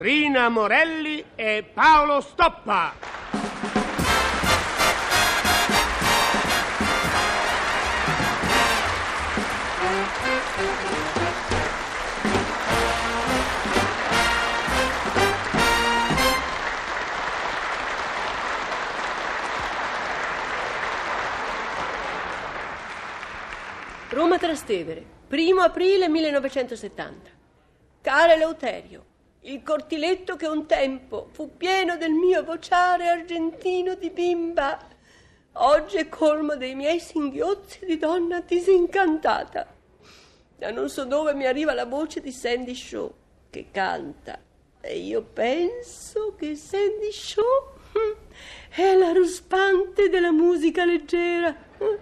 Rina Morelli e Paolo Stoppa. Roma Trastevere, 1 aprile 1970. Cara Eleuterio, il cortiletto che un tempo fu pieno del mio vociare argentino di bimba, oggi è colmo dei miei singhiozzi di donna disincantata. Da non so dove mi arriva la voce di Sandy Shaw che canta, e io penso che Sandy Shaw è la ruspante della musica leggera.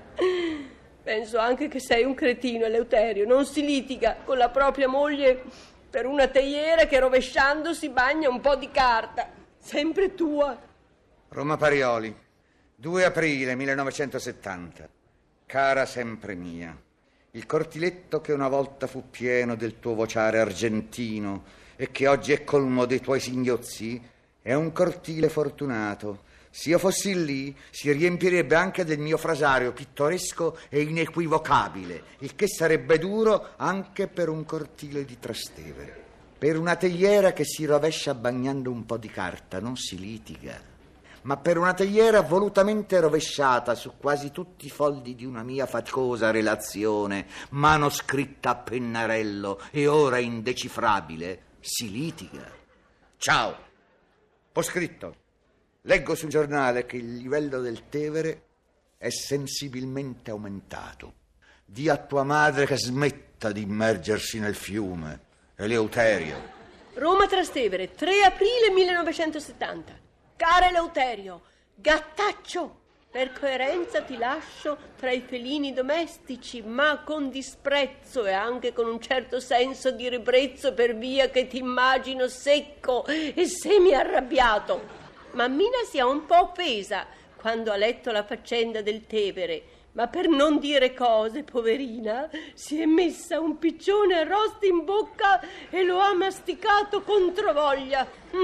Penso anche che sei un cretino, Eleuterio. Non si litiga con la propria moglie per una teiera che rovesciandosi bagna un po' di carta. Sempre tua. Roma Parioli, 2 aprile 1970. Cara sempre mia, il cortiletto che una volta fu pieno del tuo vociare argentino e che oggi è colmo dei tuoi singhiozzi è un cortile fortunato. Se io fossi lì, si riempirebbe anche del mio frasario pittoresco e inequivocabile, il che sarebbe duro anche per un cortile di Trastevere. Per una teiera che si rovescia bagnando un po' di carta non si litiga, ma per una teiera volutamente rovesciata su quasi tutti i fogli di una mia faticosa relazione, manoscritta a pennarello e ora indecifrabile, si litiga. Ciao, ho scritto. Leggo sul giornale che il livello del Tevere è sensibilmente aumentato. Di a tua madre che smetta di immergersi nel fiume. Eleuterio. Roma Trastevere, 3 aprile 1970. Cara Eleuterio, gattaccio, per coerenza ti lascio tra i felini domestici, ma con disprezzo e anche con un certo senso di ribrezzo per via che ti immagino secco e semi-arrabbiato. Mammina si è un po' offesa quando ha letto la faccenda del Tevere, ma per non dire cose, poverina, si è messa un piccione arrosto in bocca e lo ha masticato controvoglia.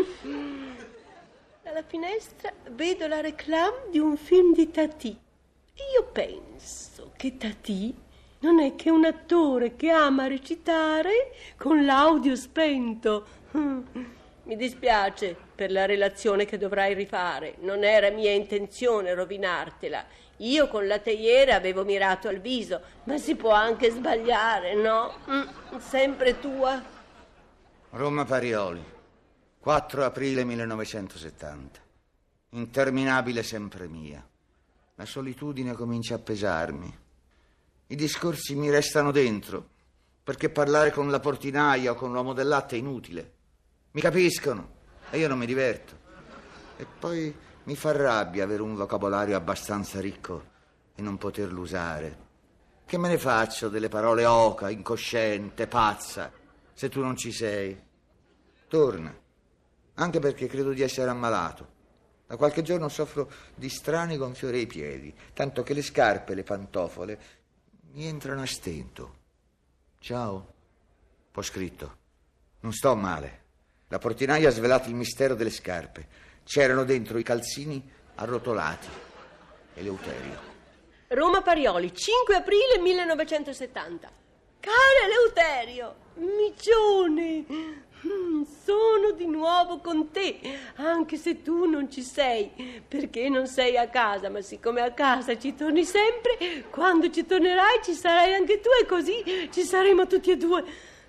Dalla finestra vedo la réclame di un film di Tati. Io penso che Tati non è che un attore che ama recitare con l'audio spento. Mi dispiace per la relazione che dovrai rifare. Non era mia intenzione rovinartela. Io con la teiera avevo mirato al viso, ma si può anche sbagliare, no? Sempre tua. Roma Parioli, 4 aprile 1970. Interminabile sempre mia. La solitudine comincia a pesarmi. I discorsi mi restano dentro, perché parlare con la portinaia o con l'uomo del latte è inutile. Mi capiscono e io non mi diverto. E poi mi fa rabbia avere un vocabolario abbastanza ricco e non poterlo usare. Che me ne faccio delle parole oca, incosciente, pazza, se tu non ci sei? Torna, anche perché credo di essere ammalato. Da qualche giorno soffro di strani gonfiori ai piedi, tanto che le scarpe e le pantofole mi entrano a stento. Ciao. Ho scritto. Non sto male. La portinaia ha svelato il mistero delle scarpe. C'erano dentro i calzini arrotolati. Eleuterio. Roma Parioli, 5 aprile 1970. Cara Eleuterio, micione, sono di nuovo con te, anche se tu non ci sei, perché non sei a casa, ma siccome a casa ci torni sempre, quando ci tornerai ci sarai anche tu e così ci saremo tutti e due.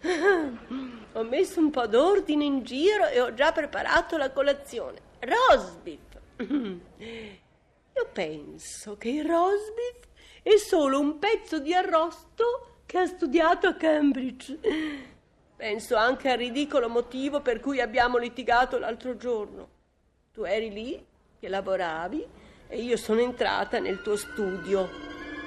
Ho messo un po' d'ordine in giro e ho già preparato la colazione. Rosbif. Io penso che il rosbif è solo un pezzo di arrosto che ha studiato a Cambridge. Penso anche al ridicolo motivo per cui abbiamo litigato l'altro giorno. Tu eri lì, che lavoravi, e io sono entrata nel tuo studio.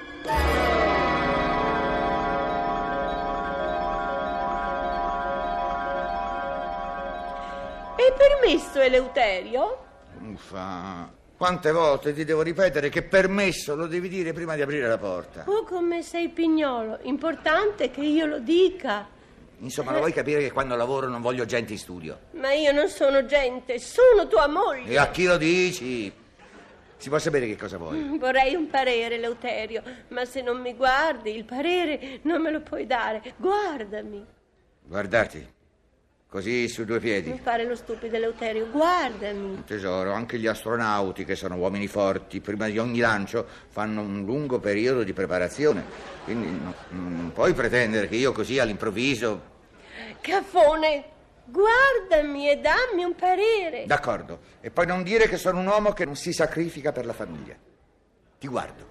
È permesso, Eleuterio? Uffa, quante volte ti devo ripetere che permesso lo devi dire prima di aprire la porta? Oh, come sei pignolo. Importante che io lo dica. Insomma, lo vuoi capire che quando lavoro non voglio gente in studio? Ma io non sono gente, sono tua moglie. E a chi lo dici? Si può sapere che cosa vuoi? Vorrei un parere, Eleuterio, ma se non mi guardi, il parere non me lo puoi dare. Guardami. Guardarti? Così su due piedi? Non fare lo stupido, Eleuterio, guardami. Tesoro, anche gli astronauti, che sono uomini forti, prima di ogni lancio fanno un lungo periodo di preparazione. Quindi non puoi pretendere che io così all'improvviso... Caffone, guardami e dammi un parere. D'accordo. E poi non dire che sono un uomo che non si sacrifica per la famiglia. Ti guardo.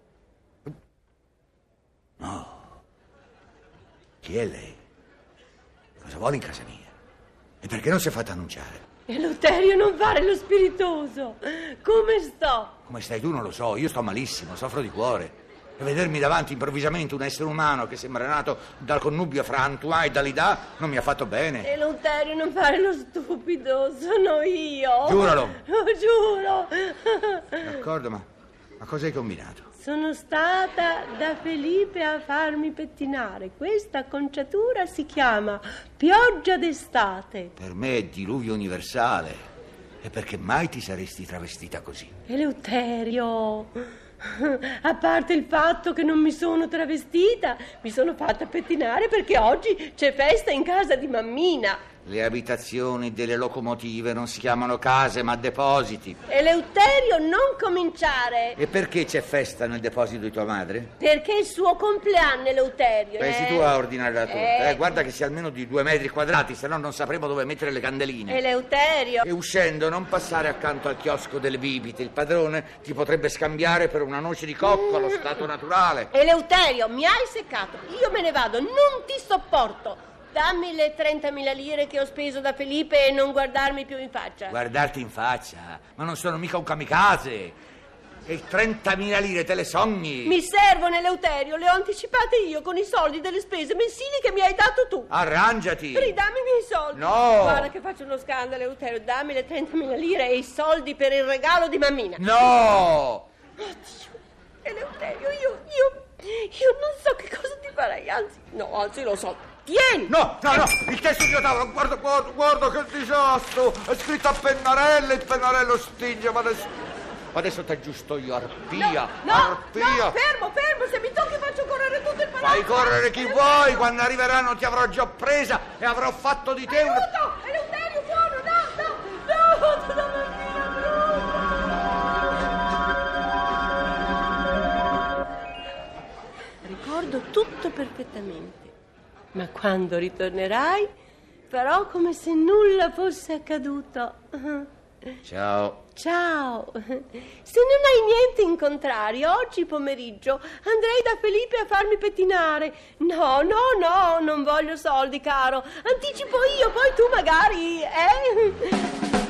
No. Chi è lei? Cosa vuole in casa mia? E perché non si è fatta annunciare? Eleuterio, non fare lo spiritoso. Come sto? Come stai tu non lo so, io sto malissimo, soffro di cuore. E vedermi davanti improvvisamente un essere umano che sembra nato dal connubio fra Antoine e Dalida non mi ha fatto bene. Eleuterio, non fare lo stupido, sono io. Giuralo. Lo giuro. D'accordo, ma cosa hai combinato? Sono stata da Felipe a farmi pettinare. Questa acconciatura si chiama pioggia d'estate. Per me è diluvio universale. E perché mai ti saresti travestita così? Eleuterio, a parte il fatto che non mi sono travestita, mi sono fatta pettinare perché oggi c'è festa in casa di mammina. Le abitazioni delle locomotive non si chiamano case ma depositi. Eleuterio, non cominciare. E perché c'è festa nel deposito di tua madre? Perché è il suo compleanno, Eleuterio. Pensi tu a ordinare la torta? Guarda che sia almeno di 2 metri quadrati, se no non sapremo dove mettere le candeline. Eleuterio. E uscendo non passare accanto al chiosco delle bibite. Il padrone ti potrebbe scambiare per una noce di cocco allo stato naturale. Eleuterio, mi hai seccato. Io me ne vado, non ti sopporto. Dammi le 30.000 lire che ho speso da Felipe e non guardarmi più in faccia. Guardarti in faccia? Ma non sono mica un kamikaze. E 30.000 lire te le sogni? Mi servono, Eleuterio, le ho anticipate io con i soldi delle spese mensili che mi hai dato tu. Arrangiati. Ridammi i miei soldi. No. Guarda che faccio uno scandalo, Eleuterio. Dammi le 30.000 lire e i soldi per il regalo di mammina. No. Oddio, Eleuterio, io non so che cosa ti farei. Anzi lo so. Tieni! No, il testo di tavolo, guarda che disastro! È scritto a pennarello, il pennarello stinge, ma adesso ti aggiusto io, arpia! No, fermo, se mi tocchi faccio correre tutto il palazzo! Fai correre chi vuoi, quando arriveranno ti avrò già presa e avrò fatto di te un... Aiuto! Eleuterio, buono, no, da bambina brutta! Ricordo tutto perfettamente. Ma quando ritornerai farò come se nulla fosse accaduto. Ciao. Ciao. Se non hai niente in contrario, oggi pomeriggio andrei da Felipe a farmi pettinare. No, non voglio soldi, caro. Anticipo io, poi tu magari,